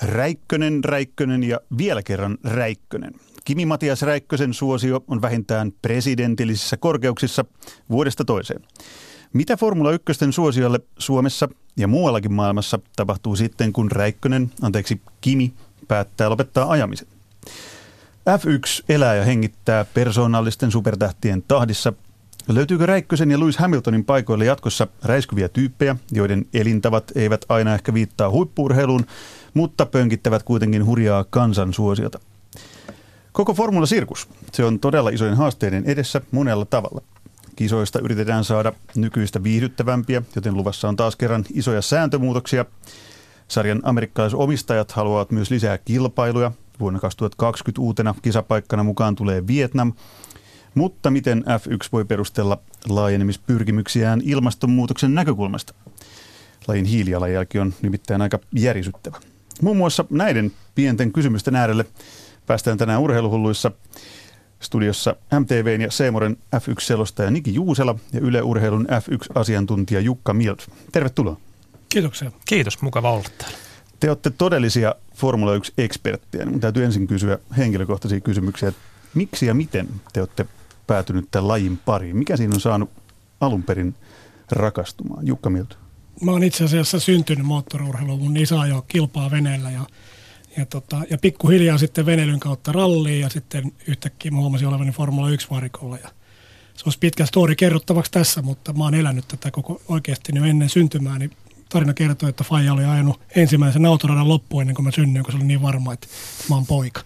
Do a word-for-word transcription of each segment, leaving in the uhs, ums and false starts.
Räikkönen, Räikkönen ja vielä kerran Räikkönen. Kimi-Matias Räikkösen suosio on vähintään presidentillisissä korkeuksissa vuodesta toiseen. Mitä Formula ykkösten suosiolle Suomessa ja muuallakin maailmassa tapahtuu sitten, kun Räikkönen, anteeksi Kimi, päättää lopettaa ajamisen? F yksi elää ja hengittää persoonallisten supertähtien tahdissa. Löytyykö Räikkösen ja Lewis Hamiltonin paikoille jatkossa räiskyviä tyyppejä, joiden elintavat eivät aina ehkä viittaa huippu-urheiluun, mutta pönkittävät kuitenkin hurjaa kansansuosiota? Koko Formula-sirkus, se on todella isojen haasteiden edessä monella tavalla. Kisoista yritetään saada nykyistä viihdyttävämpiä, joten luvassa on taas kerran isoja sääntömuutoksia. Sarjan amerikkalaisomistajat haluavat myös lisää kilpailuja. Vuonna kaksituhattakaksikymmentä uutena kisapaikkana mukaan tulee Vietnam. Mutta miten F yksi voi perustella laajenemispyrkimyksiään ilmastonmuutoksen näkökulmasta? Lajin hiilijalanjälki on nimittäin aika järisyttävä. Muun muassa näiden pienten kysymysten äärelle päästään tänään Urheiluhulluissa. Studiossa M T V:n ja Seemoren F yksi-selostaja Niki Juusela ja Yle Urheilun F yksi-asiantuntija Jukka Mild. Tervetuloa. Kiitoksia. Kiitos, mukava olla täällä. Te olette todellisia Formula yksi-eksperttejä. Minun täytyy ensin kysyä henkilökohtaisia kysymyksiä. Miksi ja miten te olette päätynyt tämän lajin pariin? Mikä siinä on saanut alun perin rakastumaan? Jukka Mild. Mä oon itse asiassa syntynyt moottoriurheiluun. Mun isä ajoi kilpaa veneellä ja, ja, tota, ja pikkuhiljaa sitten veneilyn kautta ralliin ja sitten yhtäkkiä mä huomasin olevani Formula yksi-varikolla. Ja se olisi pitkä story kerrottavaksi tässä, mutta mä oon elänyt tätä koko oikeasti nyt ennen syntymää. Niin tarina kertoo, että faija oli ajanut ensimmäisen autoradan loppuun ennen kuin mä synnyin, kun se oli niin varma, että mä oon poika.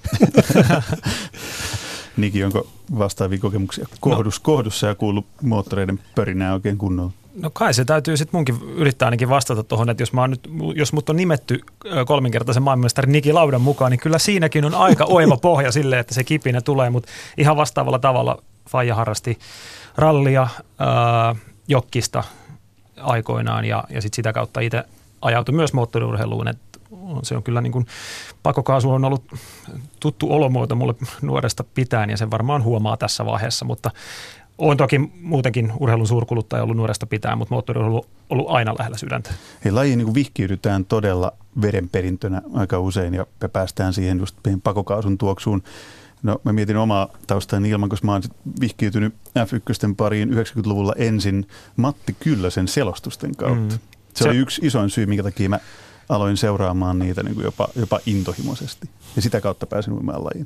Niki, onko vastaavia kokemuksia kohdus, no. kohdussa ja kuullut moottoreiden pörinää oikein kunnolla? No kai se täytyy sitten munkin yrittää ainakin vastata tuohon, että jos, mä nyt, jos mut on nimetty kolminkertaisen maailmanmestari Niki Laudan mukaan, niin kyllä siinäkin on aika oiva pohja sille, että se kipinä tulee, mutta ihan vastaavalla tavalla faija harrasti rallia, ää, jokkista aikoinaan ja, ja sitten sitä kautta itse ajautui myös moottoriurheiluun, että se on kyllä niin kuin, pakokaasu on ollut tuttu olomuoto mulle nuoresta pitäen ja sen varmaan huomaa tässä vaiheessa, mutta olen toki muutenkin urheilun suurkuluttaja ollut nuoresta pitäen, mutta moottoriurheilu on ollut aina lähellä sydäntä. Hei, lajiin niin kuin vihkiydytään todella vedenperintönä aika usein ja päästään siihen just pakokaasun tuoksuun. No mä mietin omaa taustani ilman, koska mä oon vihkiytynyt F yksi pariin yhdeksänkymmentäluvulla ensin Matti Kyllösen selostusten kautta. Mm. Se, se oli yksi isoin syy, minkä takia mä aloin seuraamaan niitä niin kuin jopa, jopa intohimoisesti. Ja sitä kautta pääsin uimaan lajiin.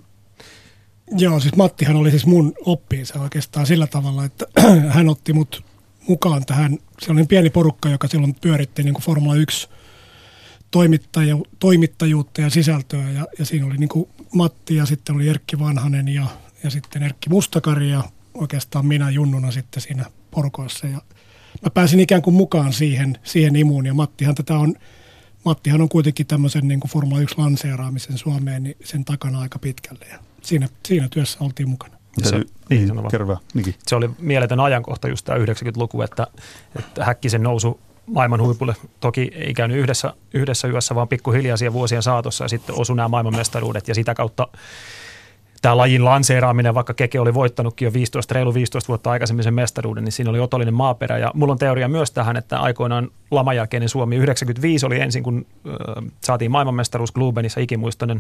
Joo, siis Mattihan oli siis mun oppiinsa oikeastaan sillä tavalla, että hän otti mut mukaan tähän. Se oli pieni porukka, joka silloin pyöritti niin kuin Formula yksi toimittaju, toimittajuutta ja sisältöä. Ja, ja siinä oli niin kuin Matti ja sitten oli Erkki Vanhanen ja, ja sitten Erkki Mustakari ja oikeastaan minä junnuna sitten siinä porukoissa. Ja mä pääsin ikään kuin mukaan siihen, siihen imuun ja Mattihan tätä on... Mattihan on kuitenkin tämmöisen niin kuin Formula yksi-lanseeraamisen Suomeen niin sen takana aika pitkälle ja siinä, siinä työssä oltiin mukana. Se, niin, kerro, se oli mieletön ajankohta just tämä yhdeksänkymmentäluku, että, että Häkkisen nousu maailman huipulle toki ei käynyt yhdessä, yhdessä yössä, vaan pikkuhiljaa siellä vuosien saatossa ja sitten osui nämä maailmanmestaruudet ja sitä kautta tämä lajin lanseeraaminen, vaikka Keke oli voittanutkin jo viisitoista, reilu viisitoista vuotta aikaisemmin sen mestaruuden, niin siinä oli otollinen maaperä. Ja mulla on teoria myös tähän, että aikoinaan laman jälkeinen Suomi yhdeksänkymmentäviisi oli ensin, kun ö, saatiin maailmanmestaruus Glubenissa ikimuistoinen,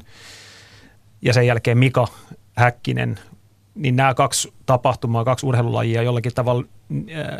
ja sen jälkeen Mika Häkkinen, niin nämä kaksi tapahtumaa, kaksi urheilulajia jollakin tavalla ö,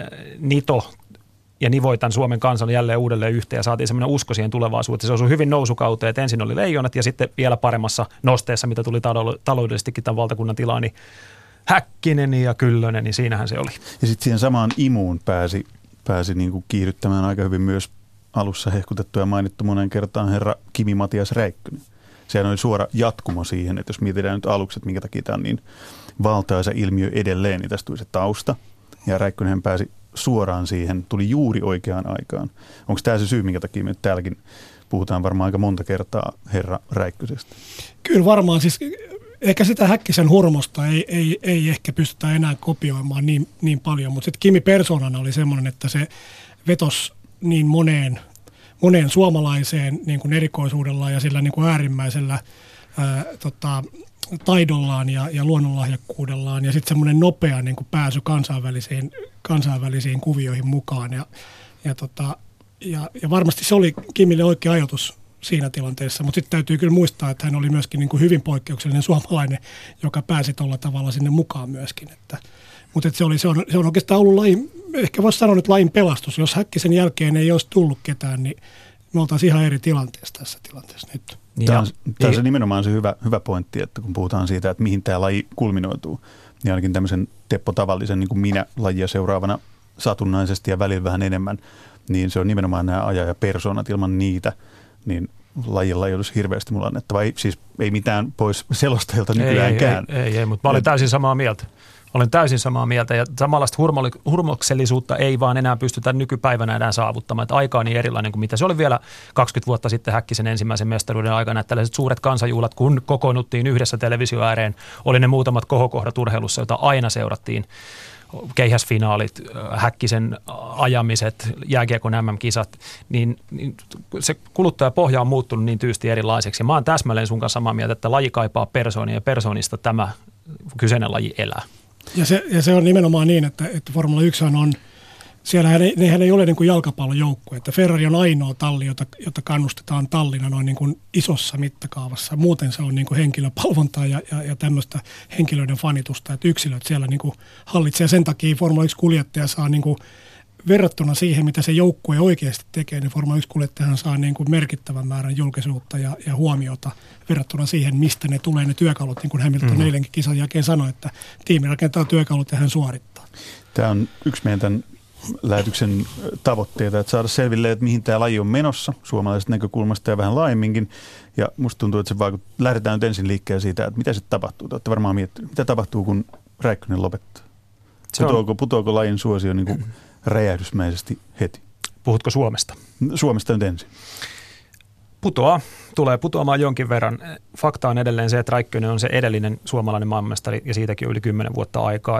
nito ja nivoi tämän Suomen kansan jälleen uudelleen yhteen ja saatiin semmoinen usko siihen tulevaisuuteen. Se osui hyvin nousukauteen, että ensin oli Leijonat ja sitten vielä paremmassa nosteessa, mitä tuli taloudellisestikin tämän valtakunnan tilaa, niin Häkkinen ja Kyllönen, niin siinähän se oli. Ja sitten siihen samaan imuun pääsi, pääsi niin kuin kiihdyttämään aika hyvin myös alussa hehkutettu ja mainittu monen kertaan herra Kimi-Matias Räikkönen. Sehän oli suora jatkumo siihen, että jos mietitään nyt aluksi, että minkä takia tämä on niin valtaisa ilmiö edelleen, niin tästä tuli se tausta ja Räikkönenhän pääsi suoraan siihen, tuli juuri oikeaan aikaan. Onko tämä se syy, minkä takia me täälläkin puhutaan varmaan aika monta kertaa herra Räikkösestä? Kyllä varmaan. Siis ehkä sitä Häkkisen hurmosta ei, ei, ei ehkä pystytä enää kopioimaan niin, niin paljon, mutta sitten Kimi persoonana oli semmoinen, että se vetosi niin moneen, moneen suomalaiseen niin kuin erikoisuudellaan ja sillä niin kuin äärimmäisellä ää, tota, taidollaan ja, ja luonnonlahjakkuudellaan ja sitten semmoinen nopea niin kuin pääsy kansainvälisiin, kansainvälisiin kuvioihin mukaan. Ja, ja, tota, ja, ja varmasti se oli Kimille oikea ajatus siinä tilanteessa. Mutta sitten täytyy kyllä muistaa, että hän oli myöskin niin kuin hyvin poikkeuksellinen suomalainen, joka pääsi tuolla tavalla sinne mukaan myöskin. Että, mutta että se, oli, se, on, se on oikeastaan ollut lajin, ehkä voisi sanoa nyt lajin pelastus. Jos Häkkisen jälkeen ei olisi tullut ketään, niin me oltaisiin ihan eri tilanteessa tässä tilanteessa nyt. Tämä on, tämä on se nimenomaan se hyvä, hyvä pointti, että kun puhutaan siitä, että mihin tämä laji kulminoituu, niin ainakin tämmöisen Teppo Tavallisen, niin kuin minä lajia seuraavana satunnaisesti ja välillä vähän enemmän, niin se on nimenomaan nämä ajajapersoonat. Ilman niitä, niin lajilla ei olisi hirveästi mulla annettava. Ei, siis ei mitään pois selostajilta nykyäänkään. Ei, ei, ei, ei mutta mä olin täysin samaa mieltä. Olen täysin samaa mieltä ja samanlaista hurmoksellisuutta ei vaan enää pystytä nykypäivänä enää saavuttamaan. Että aika on niin erilainen kuin mitä se oli vielä kaksikymmentä vuotta sitten Häkkisen ensimmäisen mestaruuden aikana. Että tällaiset suuret kansanjuhlat, kun kokoonnuttiin yhdessä televisio ääreen, oli ne muutamat kohokohdat urheilussa, joita aina seurattiin. Keihäsfinaalit, Häkkisen ajamiset, jääkiekon äm äm-kisat, niin, niin se kuluttajapohja on muuttunut niin tyysti erilaiseksi. Ja mä oon täsmälleen sun kanssa samaa mieltä, että laji kaipaa persoonia ja persoonista tämä kyseinen laji elää. Ja se, ja se on nimenomaan niin, että, että Formula yksi on, siellähän ei, nehän ei ole niin kuin jalkapallojoukkue, että Ferrari on ainoa talli, jota, jota kannustetaan tallina noin niin kuin isossa mittakaavassa. Muuten se on niin kuin henkilöpalvontaa ja, ja, ja tämmöistä henkilöiden fanitusta, että yksilöt siellä niin kuin hallitsee. Ja sen takia Formula yksi-kuljettaja saa niin kuin verrattuna siihen, mitä se joukkue oikeasti tekee, niin Formula yksi-kuljettajahan saa niin kuin merkittävän määrän julkisuutta ja, ja huomiota verrattuna siihen, mistä ne tulee ne työkalut, niin kuin Hamilton mm-hmm. eilenkin kisan jälkeen sanoi, että tiimi rakentaa työkalut ja hän suorittaa. Tämä on yksi meidän tämän lähetyksen tavoitteita, että saada selville, että mihin tämä laji on menossa suomalaisesta näkökulmasta ja vähän laajemminkin. Ja musta tuntuu, että se vaikuttaa. Lähdetään nyt ensin liikkeelle siitä, että mitä sitten tapahtuu. Te olette varmaan miettineet, mitä tapahtuu, kun Räikkönen lopettaa. Putoako, putoako lajin suosio niin kuin räjähdysmäisesti heti? Puhutko Suomesta? Suomesta nyt ensin. Putoaa. Tulee putoamaan jonkin verran. Fakta on edelleen se, että Räikkönen on se edellinen suomalainen maailmanmestari ja siitäkin on yli kymmenen vuotta aikaa.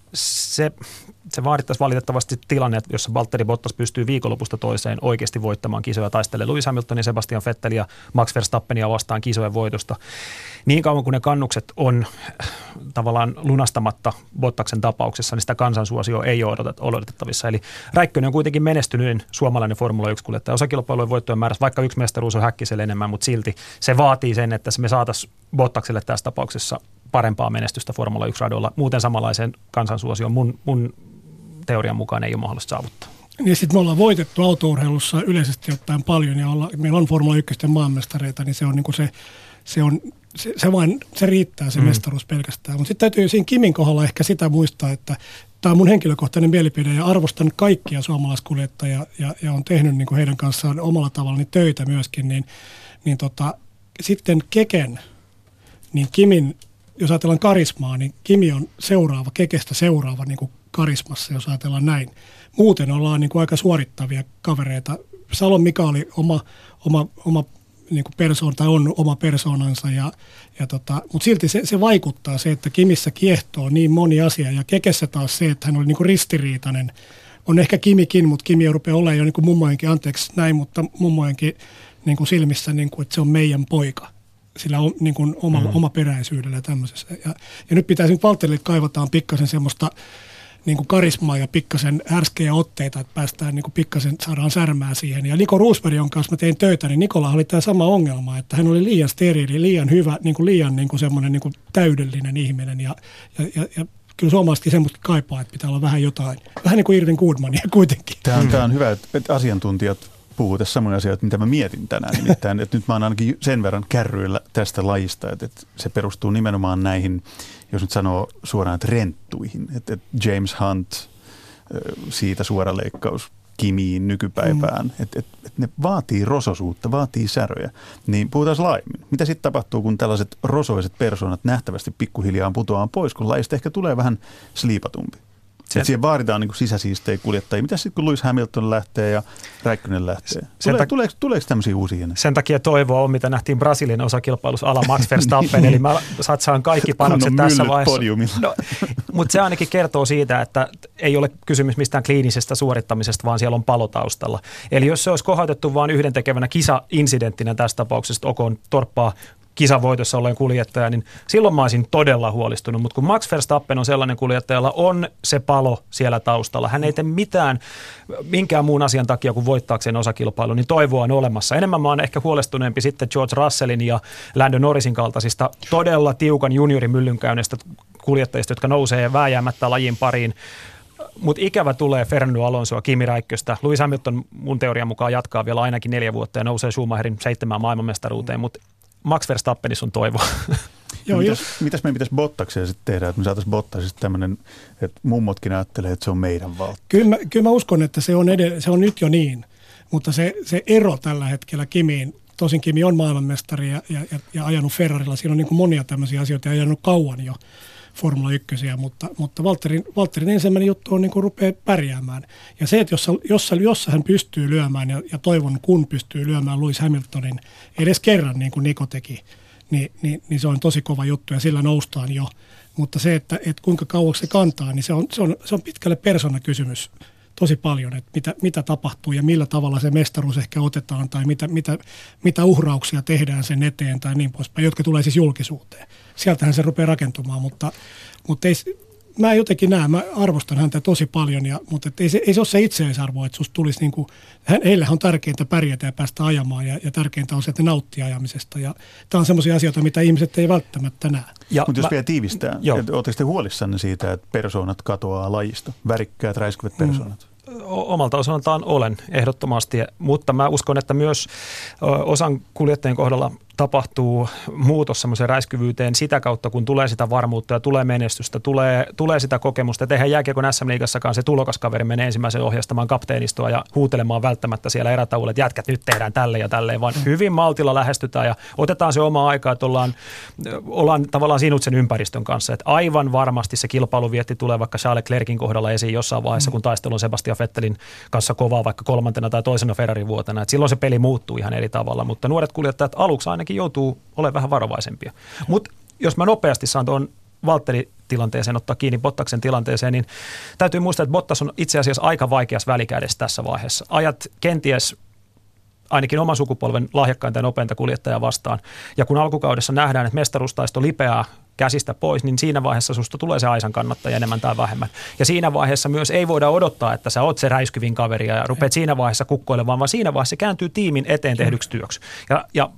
Se, se vaadittaisi valitettavasti tilanne, jossa Valtteri Bottas pystyy viikonlopusta toiseen oikeasti voittamaan kisoja, taistelee Lewis Hamiltonin, Sebastian Vettelia ja Max Verstappenia vastaan kisojen voitosta. Niin kauan kuin ne kannukset on tavallaan lunastamatta Bottaksen tapauksessa, niin sitä kansansuosioa ei ole odotettavissa. Eli Räikkönen on kuitenkin menestynyt suomalainen Formula yksi-kuljettaja. Osakilpailujen voittojen määrässä, vaikka yksi mestaruus on Häkkiselle enemmän, mutta silti se vaatii sen, että me saataisiin Bottakselle tässä tapauksessa parempaa menestystä Formula yksi-radoilla. Muuten samanlaisen kansansuosion mun, mun teorian mukaan ei ole mahdollista saavuttaa. Ja sitten me ollaan voitettu autourheilussa yleisesti ottaen paljon ja olla, meillä on Formula yksi maanmestareita, niin se on niinku se, se on Se, se, vain, se riittää se mm. mestaruus pelkästään. Mutta sitten täytyy siinä Kimin kohdalla ehkä sitä muistaa, että tämä on mun henkilökohtainen mielipide ja arvostan kaikkia suomalaiskuljettajia ja, ja on tehnyt niin kuin heidän kanssaan omalla tavalla niin töitä myöskin. Niin, niin tota, sitten Keken, niin Kimin, jos ajatellaan karismaa, niin Kimi on seuraava, Kekestä seuraava niin kuin karismassa, jos ajatellaan näin. Muuten ollaan niin kuin aika suorittavia kavereita. Salon Mika oli oma, oma, oma niin kuin persoon, tai on oma persoonansa, ja, ja tota, mutta silti se, se vaikuttaa se, että Kimissä kiehtoo niin moni asia, ja Kekessä taas se, että hän oli niin kuin ristiriitainen. On ehkä Kimikin, mutta Kimi rupeaa olemaan jo niin kuin mummojenkin, anteeksi näin, mutta mummojenkin niin kuin silmissä, niin kuin, että se on meidän poika. Sillä on niin kuin oma, mm-hmm. oma peräisyydellä ja tämmöisessä. Ja, ja nyt pitäisi nyt Valtterille kaivataan pikkasen semmoista niin kuin karismaa ja pikkasen härskejä otteita, että päästään niin kuin pikkasen, saadaan särmää siihen. Ja Niko Rosbergin kanssa mä tein töitä, niin Nikolla oli tämä sama ongelma, että hän oli liian steriili, liian hyvä, niin kuin liian niin kuin semmoinen niin kuin täydellinen ihminen. Ja, ja, ja, ja kyllä suomalaisetkin semmoista kaipaa, että pitää olla vähän jotain, vähän niin kuin Irvin Goodmania kuitenkin. Tämä on, tämä on hyvä, että asiantuntijat puhuu tässä semmoinen asia, että mitä mä mietin tänään. Nimittäin, että nyt mä oon ainakin sen verran kärryillä tästä lajista, että, että se perustuu nimenomaan näihin, jos nyt sanoo suoraan, että renttuihin. Että, että James Hunt, siitä suora leikkaus Kimiin nykypäivään. Mm. Että, että, että ne vaatii rososuutta, vaatii säröjä. Niin puhutaan laajemmin. Mitä sitten tapahtuu, kun tällaiset rosoiset persoonat nähtävästi pikkuhiljaa putoaan pois, kun lajista ehkä tulee vähän sliipatumpi? Sen, siihen vaaditaan niin kuin sisäsiistejä kuljettajia. Mitä sitten, kun Lewis Hamilton lähtee ja Räikkönen lähtee? Tule, tak- tuleeko, tuleeko tämmöisiä uusia? Sen takia toivoa on, mitä nähtiin Brasilian osakilpailussa ala Max Verstappen, eli mä satsaan kaikki panokset tässä vaiheessa. No, mutta se ainakin kertoo siitä, että ei ole kysymys mistään kliinisestä suorittamisesta, vaan siellä on palotaustalla. Eli jos se olisi kohautettu vain yhdentekevänä kisa-insidenttinä tässä tapauksessa, Ocon torppaa kisavoitossa olleen kuljettaja, niin silloin mä olisin todella huolestunut. Mutta kun Max Verstappen on sellainen kuljettaja, jolla on se palo siellä taustalla, hän ei tee mitään minkään muun asian takia kuin voittaakseen osakilpailun, niin toivoa on olemassa. Enemmän mä oon ehkä huolestuneempi sitten George Russellin ja Lando Norrisin kaltaisista todella tiukan juniorimyllynkäynnistä kuljettajista, jotka nousee vääjäämättä lajin pariin. Mutta ikävä tulee Fernando Alonsoa, Kimi Räikköstä. Lewis Hamilton mun teorian mukaan jatkaa vielä ainakin neljä vuotta ja nousee Schumacherin seitsemään maailmanmestaruuteen, mutta Max Verstappenissa on toivoa. Joo, mitäs, mitäs meidän pitäisi Bottaksia sitten tehdä, että me saataisiin Bottasista tämmöinen, että mummotkin ajattelee, että se on meidän valta? Kyllä mä, kyllä mä uskon, että se on, edellä, se on nyt jo niin, mutta se, se ero tällä hetkellä Kimiin, tosin Kimi on maailmanmestari ja, ja, ja ajanut Ferrarilla, siinä on niin kuin monia tämmöisiä asioita ja ajanut kauan jo Formula ykkösiä, mutta, mutta Valtterin, Valtterin ensimmäinen juttu on niin kuin rupeaa pärjäämään. Ja se, että jossa, jossa, jossa hän pystyy lyömään ja, ja toivon kun pystyy lyömään Lewis Hamiltonin edes kerran niin kuin Niko teki, niin, niin, niin se on tosi kova juttu ja sillä noustaan jo. Mutta se, että, että kuinka kauaksi se kantaa, niin se on, se on, se on pitkälle persoonakysymys tosi paljon, että mitä, mitä tapahtuu ja millä tavalla se mestaruus ehkä otetaan tai mitä, mitä, mitä uhrauksia tehdään sen eteen tai niin poispäin, jotka tulee siis julkisuuteen. Sieltähän se rupeaa rakentumaan, mutta, mutta ei, mä jotenkin näen, mä arvostan häntä tosi paljon, ja, mutta ei se, ei se ole se itseisarvo, että susta tulisi niin kuin, heille on tärkeintä pärjätä ja päästä ajamaan ja, ja tärkeintä on se, että nauttii ajamisesta ja tämä on semmoisia asioita, mitä ihmiset ei välttämättä näe. Mutta jos vielä tiivistää, oletteko te huolissanne siitä, että persoonat katoaa lajista, värikkäät, räiskyvät persoonat? Mm. Omalta osaltaan olen ehdottomasti, mutta mä uskon, että myös osan kuljettajien kohdalla tapahtuu muutos semmoiseen räiskyvyyteen sitä kautta, kun tulee sitä varmuutta ja tulee menestystä, tulee, tulee sitä kokemusta. Et eihän jääkiekon äs äm-liigassakaan se tulokaskaveri menee ensimmäisen ohjastamaan kapteenistoa ja huutelemaan välttämättä siellä erätaululla, että jätkät nyt tehdään tälle ja tälleen, vaan hyvin maltilla lähestytään ja otetaan se oma aikaa, että ollaan, ollaan tavallaan sinut sen ympäristön kanssa. Et aivan varmasti se kilpailuvietti tulee vaikka Charles Leclercin kohdalla esiin jossain vaiheessa, kun taistelu on Sebastian Vettelin kanssa kovaa vaikka kolmantena tai toisena Ferrarin vuotena. Et silloin se peli muuttuu ihan eri tavalla, mutta nuoret kuljettajat aluksi ainakin joutuu olemaan vähän varovaisempia. Mutta jos mä nopeasti saan tuon Valtteri-tilanteeseen ottaa kiinni Bottaksen tilanteeseen, niin täytyy muistaa, että Bottas on itse asiassa aika vaikeassa välikädessä tässä vaiheessa. Ajat kenties ainakin oman sukupolven lahjakkainta ja nopeinta kuljettajaa vastaan. Ja kun alkukaudessa nähdään, että mestaruustaisto lipeää käsistä pois, niin siinä vaiheessa susta tulee se aisan kannattaja enemmän tai vähemmän. Ja siinä vaiheessa myös ei voida odottaa, että sä oot se räiskyvin kaveri ja rupeat siinä vaiheessa kukkoilemaan, vaan siinä vaiheessa se kääntyy tiimin eteen tehdyksi työksi. Ja, ja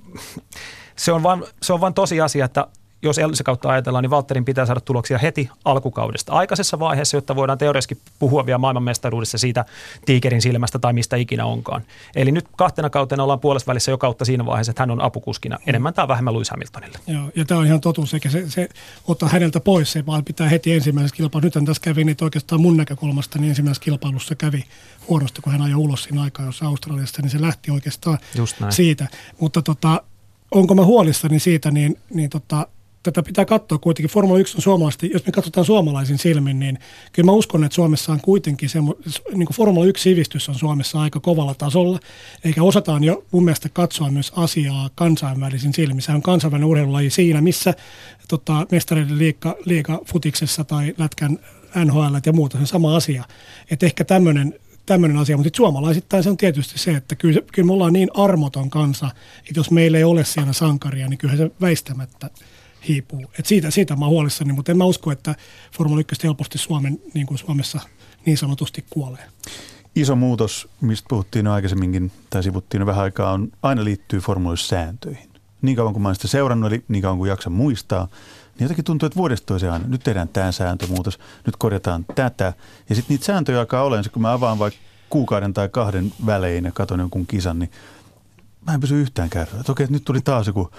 se on vaan, se on vaan tosiasia, että jos edellisen kautta ajatellaan, niin Valtterin pitää saada tuloksia heti alkukaudesta. Aikaisessa vaiheessa, jotta voidaan teoreettisesti puhua vielä maailmanmestaruudessa siitä tiikerin silmästä tai mistä ikinä onkaan. Eli nyt kahtena kautena ollaan puolesvälissä jo kautta siinä vaiheessa, että hän on apukuskina enemmän tai vähemmän Lewis Hamiltonille. Joo, ja tämä on ihan totuus, eikä se, se ottaa häneltä pois, se vaan pitää heti ensimmäisessä kilpailussa. Nyt tässä kävi, niin oikeastaan mun näkökulmasta niin ensimmäisessä kilpailussa kävi huonosti, kun hän ajoi ulos siinä aikaa, jos Australiasta, niin se lähti oikeastaan siitä. Mutta tota, onko mä huolissani siitä, niin, niin tota, tätä pitää katsoa kuitenkin. Formula yksi on suomalaisesti, jos me katsotaan suomalaisin silmin, niin kyllä mä uskon, että Suomessa on kuitenkin se, niin kuin Formula yksi-sivistys on Suomessa aika kovalla tasolla, eikä osataan jo mun mielestä katsoa myös asiaa kansainvälisin silmin. Se on kansainvälinen urheilulaji siinä, missä tota, mestareiden liiga, liiga futiksessa tai lätkän N H L ja muuta, se on sama asia. Että ehkä tämmöinen tämmöinen asia, mutta sitten suomalaisittain se on tietysti se, että kyllä, kyllä me ollaan niin armoton kansa, että jos meillä ei ole siellä sankaria, niin kyllä se väistämättä hiipuu. Et siitä, siitä mä oon huolissani, mutta en mä usko, että Formula yksi helposti Suomen, niin kuin Suomessa niin sanotusti kuolee. Iso muutos, mistä puhuttiin aikaisemminkin tai sivuttiin vähän aikaa, on, aina liittyy formuloissääntöihin. Niin kauan kuin mä oon sitä seurannut, eli niin kauan kuin jaksan muistaa, niin jotenkin tuntuu, että vuodesta toiseen aina. Nyt tehdään tämä sääntömuutos, nyt korjataan tätä. Ja sitten niitä sääntöjä alkaa olemaan, kun mä avaan vaikka kuukauden tai kahden välein ja katson jonkun kisan, niin mä en pysy yhtään kärryä. Okei, nyt tuli taas joku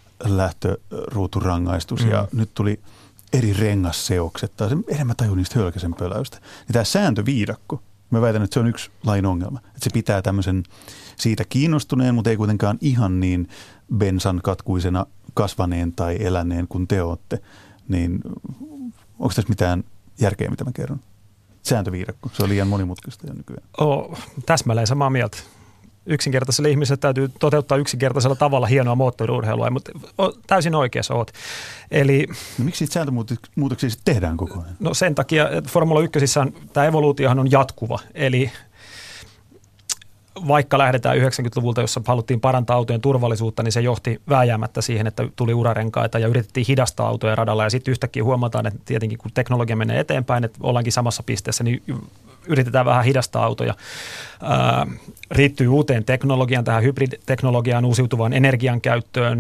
lähtöruuturangaistus mm. ja nyt tuli eri rengasseokset tai en mä tajun niistä hölkäsen pöläystä. Ja tämä sääntöviidakko, mä väitän, että se on yksi lain ongelma. Että se pitää tämmöisen siitä kiinnostuneen, mutta ei kuitenkaan ihan niin bensan katkuisena kasvaneen tai eläneen kuin te olette. Niin onko tässä mitään järkeä, mitä mä kerron? Sääntöviidakko, se on liian monimutkaista jo nykyään. Oh, täsmälleen samaa mieltä. Yksinkertaiselle ihmiselle täytyy toteuttaa yksinkertaisella tavalla hienoa moottoriurheilua, mutta täysin oikeassa oot. Eli, no miksi niitä sääntömuutoksia sitten tehdään koko ajan? No sen takia, että Formula ykkösissä tämä evoluutiohan on jatkuva. Eli vaikka lähdetään yhdeksänkymmentäluvulta, jossa haluttiin parantaa autojen turvallisuutta, niin se johti vääjäämättä siihen, että tuli urarenkaita ja yritettiin hidastaa autoja radalla. Ja sitten yhtäkkiä huomataan, että tietenkin kun teknologia menee eteenpäin, että ollaankin samassa pisteessä, niin yritetään vähän hidastaa autoja. Ää, riittyy uuteen teknologiaan, tähän hybriditeknologiaan, uusiutuvaan energian käyttöön.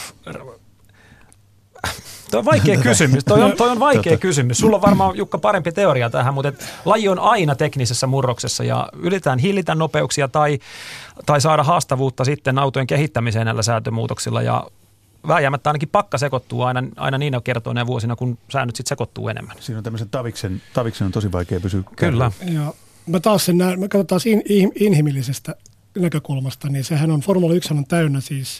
Toi on vaikea kysymys. Toi on, toi on vaikea kysymys. Sulla on varmaan, Jukka, parempi teoria tähän, mutta et laji on aina teknisessä murroksessa ja yritetään hillitä nopeuksia tai, tai saada haastavuutta sitten autojen kehittämiseen näillä sääntömuutoksilla ja vääjäämättä ainakin pakka sekoittuu aina, aina niinä kertoina vuosina, kun säännöt sitten sekoittuu enemmän. Siinä on tämmöisen taviksen, taviksen on tosi vaikea pysyä. Kyllä. Ja mä taas sen näen, mä katson taas in, in, inhimillisestä näkökulmasta, niin sehän on, Formula yksi on täynnä siis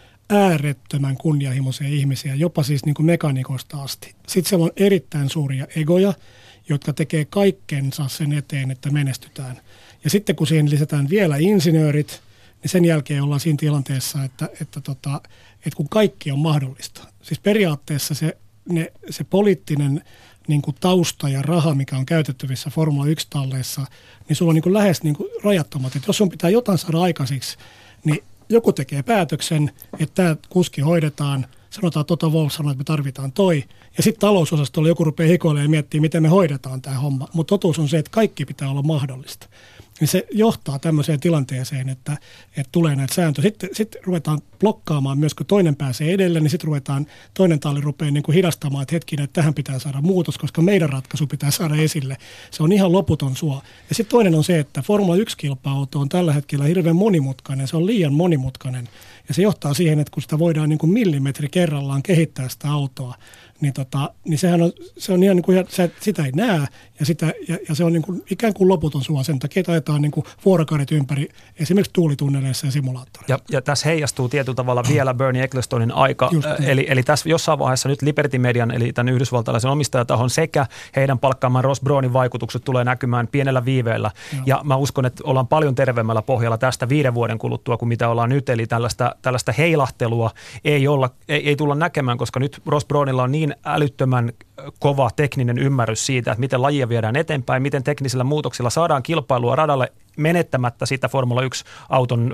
äärettömän kunnianhimoisia ihmisiä, jopa siis niin kuin mekaanikoista asti. Sitten siellä on erittäin suuria egoja, jotka tekee kaikkensa sen eteen, että menestytään. Ja sitten kun siihen lisätään vielä insinöörit, niin sen jälkeen ollaan siinä tilanteessa, että, että, tota, että kun kaikki on mahdollista. Siis periaatteessa se, ne, se poliittinen niin kuin tausta ja raha, mikä on käytettävissä Formula yksi-talleissa, niin sulla on niin kuin lähes niin kuin rajattomat. Että jos sun pitää jotain saada aikaiseksi, niin joku tekee päätöksen, että tämä kuski hoidetaan, sanotaan Toto Wolff sanoo, että me tarvitaan toi, ja sitten talousosastolla joku rupeaa hikoilemaan ja miettii, miten me hoidetaan tämä homma. Mutta totuus on se, että kaikki pitää olla mahdollista. Niin se johtaa tämmöiseen tilanteeseen, että, että tulee näitä sääntöjä. Sitten, sitten ruvetaan blokkaamaan myös, kun toinen pääsee edelle, niin sitten ruvetaan, toinen talli rupeaa niin kuin hidastamaan, että hetkinen, että tähän pitää saada muutos, koska meidän ratkaisu pitää saada esille. Se on ihan loputon suo. Ja sitten toinen on se, että Formula yksi-kilpa-auto on tällä hetkellä hirveän monimutkainen, se on liian monimutkainen. Ja se johtaa siihen, että kun sitä voidaan niin kuin millimetri kerrallaan kehittää sitä autoa, niin, tota, niin sehän on, se on ihan niin kuin, sitä ei näe ja, sitä, ja, ja se on niin kuin ikään kuin loputon sua. Sen takia ajetaan niin kuin vuorokauden ympäri esimerkiksi tuulitunneleissa ja simulaattoreissa. Ja, ja tässä heijastuu tietyllä tavalla vielä Bernie Ecclestonin aika. Eli, eli tässä jossain vaiheessa nyt Liberty Median, eli tämän yhdysvaltalaisen omistajatahon sekä heidän palkkaamaan Ross Brownin vaikutukset tulee näkymään pienellä viiveellä. Joo. Ja mä uskon, että ollaan paljon terveemmällä pohjalla tästä viiden vuoden kuluttua kuin mitä ollaan nyt. Eli tällaista, tällaista heilahtelua ei, olla, ei, ei tulla näkemään, koska nyt Ross Brownilla on niin älyttömän kova tekninen ymmärrys siitä, että miten lajia viedään eteenpäin, miten teknisillä muutoksilla saadaan kilpailua radalle menettämättä sitä Formula yksi-auton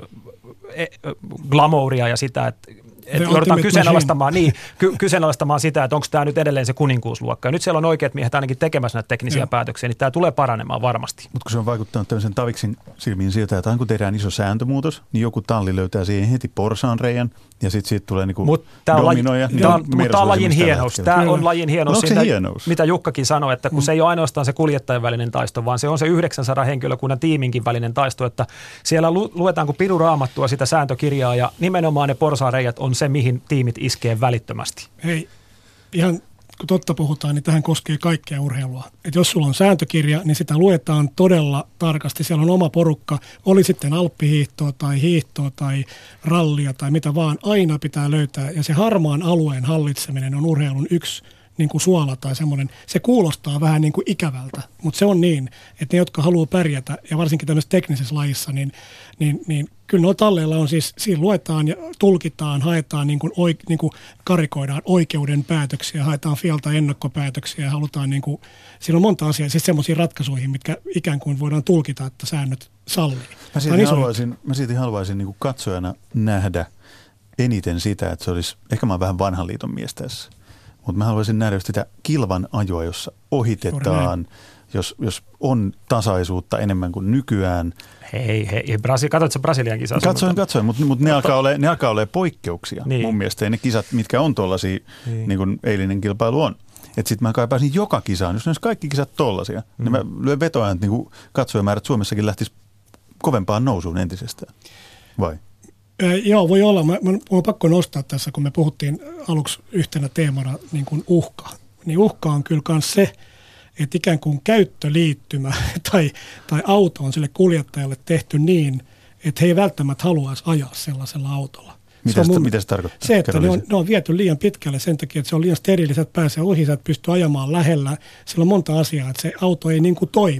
glamouria ja sitä, että että joudutaan kyseenalaistamaan, niin, ky- kyseenalaistamaan sitä, että onko tämä nyt edelleen se kuninkuusluokka. Ja nyt siellä on oikeat miehet ainakin tekemässä näitä teknisiä Joo. päätöksiä, niin tämä tulee paranemaan varmasti. Mutta kun se on vaikuttanut tämmöisen taviksin silmiin siltä, että aina kun tehdään iso sääntömuutos, niin joku talli löytää siihen heti porsaanreiän ja sitten siitä tulee niinku mut dominoja. Mutta niin tämä on lajin hienous. Tämä on lajin hienous. No, siitä, hienous. Mitä Jukkakin sanoi, että kun mm. se ei ole ainoastaan se kuljettajan välinen taisto, vaan se on se yhdeksänsadan henkilökunnan tiiminkin välinen taisto, että siellä lu- luetaan kuin piru raamattua sitä sääntökirjaa ja nimenomaan ne porsaanreijät on se, mihin tiimit iskee välittömästi. Hei, ihan kun totta puhutaan, niin tähän koskee kaikkea urheilua. Et jos sulla on sääntökirja, niin sitä luetaan todella tarkasti. Siellä on oma porukka, oli sitten alppihiihtoa tai hiihtoa tai rallia tai mitä vaan, aina pitää löytää. Ja se harmaan alueen hallitseminen on urheilun yksi niin kuin suola tai semmoinen, se kuulostaa vähän niin kuin ikävältä, mutta se on niin, että ne, jotka haluaa pärjätä, ja varsinkin tämmöisessä teknisessä lajissa, niin, niin, niin kyllä nuo talleilla on siis, siinä luetaan ja tulkitaan, haetaan, niin kuin, oik, niin kuin karikoidaan oikeuden päätöksiä, haetaan Fialta ennakkopäätöksiä ja halutaan, niin kuin, siinä on monta asiaa, siis semmoisiin ratkaisuihin, mitkä ikään kuin voidaan tulkita, että säännöt sallii. Mä silti haluaisin, mä silti haluaisin niin kuin katsojana nähdä eniten sitä, että se olisi, ehkä mä oon vähän vanhan liiton mies tässä, mutta mä haluaisin nähdä sitä kilvan ajoa, jossa ohitetaan, jos, jos on tasaisuutta enemmän kuin nykyään. Hei, hei. Brasi, katsoitko Brasilian kisat? Katsoin, katsoin, mutta, mutta ne, alkaa ole, ne alkaa olla poikkeuksia niin. Mun mielestä. Ja ne kisat, mitkä on tuollaisia, niin. niin kuin eilinen kilpailu on. Että sitten mä kaipaisin joka kisaan, jos ne olisi kaikki kisat tollaisia, mm. niin mä lyön vetoa, että niin katsojamäärät Suomessakin lähtisi kovempaan nousuun entisestään. Vai? Äh, joo, voi olla. Mä, mä, mä on pakko nostaa tässä, kun me puhuttiin aluksi yhtenä teemana niin kuin uhka. Niin uhka on kyllä myös se, että ikään kuin käyttöliittymä tai, tai auto on sille kuljettajalle tehty niin, että he ei välttämättä haluaisi ajaa sellaisella autolla. Mitä se, mun, mitä se tarkoittaa? Se, että ne on, ne on viety liian pitkälle sen takia, että se on liian steriili, sä et pääse ohi, sä et pysty ajamaan lähellä. Sillä on monta asiaa, että se auto ei niin kuin toimi.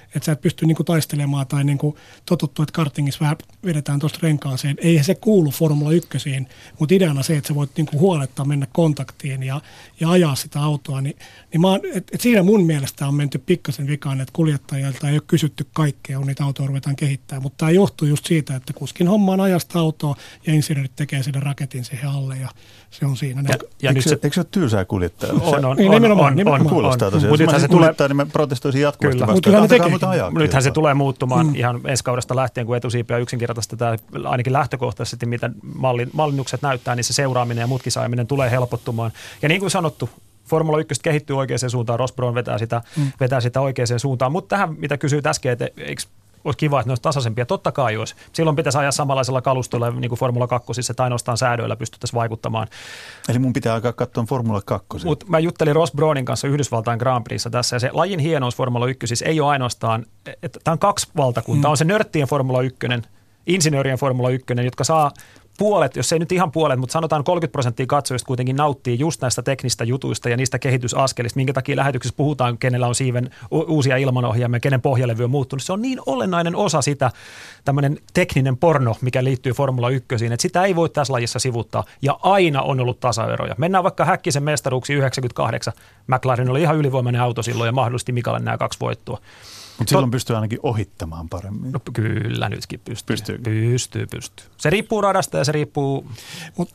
että sä et pysty niin kuin taistelemaan tai niin kuin totuttu, että kartingissa vähän vedetään tuosta renkaaseen. Eihän se kuulu Formula ykkösiin, mutta ideana se, että sä voit niin kuin huoletta mennä kontaktiin ja, ja ajaa sitä autoa, niin, niin mä oon, et, et siinä mun mielestä on menty pikkasen vikaan, että kuljettajilta ei ole kysytty kaikkea, on niitä autoja ruvetaan kehittämään, mutta tämä johtuu just siitä, että kuskin hommaan ajasta autoa ja insinöörit tekee sen raketin siihen alle ja se on siinä. Ja, ja eikö, se, eikö se ole tylsää kuljettajalla? On, on, niin, on, nimenomaan, on, nimenomaan. on, kuulostaa tosiaan. Jos mä siis kuljettaa, niin mä protestoisin jatkuvasti vastaan. Nythän se tulee muuttumaan mm. ihan ensi kaudesta lähtien, kun etusiipiä yksinkertaisesti tämä ainakin lähtökohtaisesti, mitä mallin, mallinnukset näyttää, niin se seuraaminen ja mutkisaaminen tulee helpottumaan. Ja niin kuin sanottu, Formula yksi kehittyy oikeaan suuntaan, Ross Brawn vetää sitä, mm. vetää sitä oikeaan suuntaan. Mutta tähän, mitä kysyit äsken, että eikö olisi kiva, että ne olisi tasaisempia? Totta kai olisi. Silloin pitäisi ajaa samanlaisella kalustolla niin kuin Formula kaksi, että ainoastaan säädöillä pystyttäisiin vaikuttamaan. Eli mun pitää alkaa katsoa Formula kaksi. Mutta mä juttelin Ross Brownin kanssa Yhdysvaltain Grand Prixissa tässä, ja se lajin hienous Formula yksi siis ei ole ainoastaan, että tämä on kaksi valtakuntaa. Mm. On se nörttien Formula yksi, insinöörien Formula yksi, jotka saa puolet, jos ei nyt ihan puolet, mutta sanotaan kolmekymmentä prosenttia katsojista kuitenkin nauttii just näistä teknistä jutuista ja niistä kehitysaskelista, minkä takia lähetyksessä puhutaan, kenellä on siiven uusia ilmanohjaimia, kenen pohjalevy on muuttunut. Se on niin olennainen osa sitä, tämmöinen tekninen porno, mikä liittyy Formula ykkösiin, että sitä ei voi tässä lajissa sivuttaa ja aina on ollut tasaeroja. Mennään vaikka Häkkisen mestaruuksiin yhdeksänkymmentäkahdeksan. McLaren oli ihan ylivoimainen auto silloin ja mahdollisesti Mikalle nämä kaksi voittoa. Mutta silloin pystyy ainakin ohittamaan paremmin. No, kyllä nytkin pystyy. Pystyy. Pystyy, pystyy. Se riippuu radasta ja se riippuu. Mutta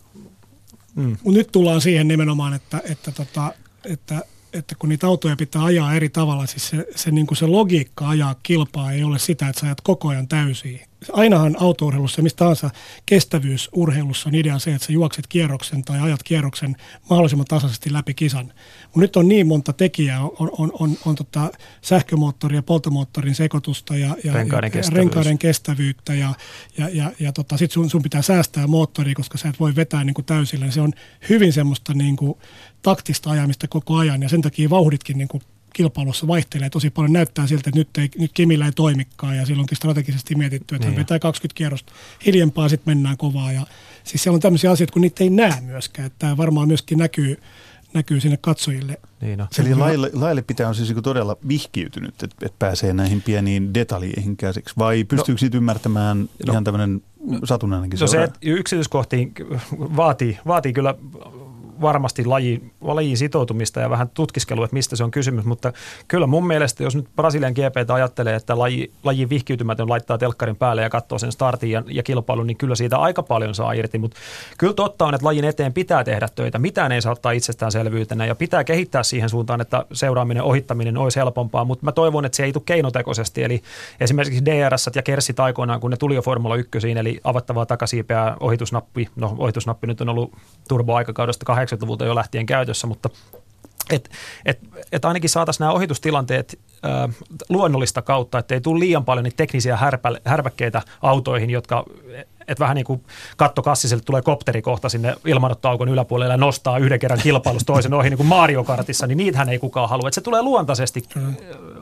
mm. mut nyt tullaan siihen nimenomaan, että, että, tota, että, että kun niitä autoja pitää ajaa eri tavalla, siis se, se, niin kuin se logiikka ajaa kilpaa ei ole sitä, että sä ajat koko ajan täysiä. Ainahan autourheilussa ja mistä tahansa kestävyysurheilussa on idea se, että sä juokset kierroksen tai ajat kierroksen mahdollisimman tasaisesti läpi kisan. Mutta nyt on niin monta tekijää, on, on, on, on tota sähkömoottori ja polttomoottorin sekoitusta ja, ja, renkaiden, ja kestävyys. renkaiden kestävyyttä ja, ja, ja, ja tota, sitten sun, sun pitää säästää moottoria, koska sä et voi vetää niin kuin täysillä. Se on hyvin semmoista niin kuin taktista ajamista koko ajan ja sen takia vauhditkin niin kuin kilpailussa vaihtelee tosi paljon. Näyttää siltä, että nyt, ei, nyt Kimillä ei toimikaan ja silloinkin strategisesti mietitty, että niin. hän vetää kaksikymmentä kierrosta hiljempaa, sitten mennään kovaa. Ja, siis siellä on tämmöisiä asioita, kun niitä ei näe myöskään. Että tämä varmaan myöskin näkyy, näkyy sinne katsojille. Niin no. Eli laille, laille pitää on siis todella vihkiytynyt, että, että pääsee näihin pieniin detaljeihin käsiksi. Vai pystyykö no, siitä ymmärtämään no, ihan tämmöinen satunnainenkin no se, että yksityiskohtiin vaatii, vaatii kyllä varmasti lajiin, lajiin sitoutumista ja vähän tutkiskelua, että mistä se on kysymys, mutta kyllä mun mielestä, jos nyt Brasilian G P:tä ajattelee, että laji, lajin vihkiytymätön laittaa telkkarin päälle ja katsoo sen startin ja, ja kilpailun, niin kyllä siitä aika paljon saa irti, mutta kyllä totta on, että lajin eteen pitää tehdä töitä, mitään ei saa ottaa itsestäänselvyytenä ja pitää kehittää siihen suuntaan, että seuraaminen, ohittaminen olisi helpompaa, mutta mä toivon, että se ei tule keinotekoisesti, eli esimerkiksi D R S ja kerssit aikoinaan, kun ne tuli jo Formula ykkösiin, eli avattavaa takasiipeä, ohitusnappi, no ohitusnappi nyt on ollut turboaikakaudesta kahdeksankymmentäluvulta jo lähtien käytössä, mutta et, et, et ainakin saataisiin nämä ohitustilanteet ää, luonnollista kautta, ettei tule liian paljon niitä teknisiä härpä, härpäkkeitä autoihin, jotka et vähän niin kuin kattokassiselle tulee kopteri kohta sinne ilmanottoaukon yläpuolelle ja nostaa yhden kerran kilpailusta toisen ohi niin kuin Mario Kartissa, niin niitähän ei kukaan halua. Et se tulee luontaisesti mm.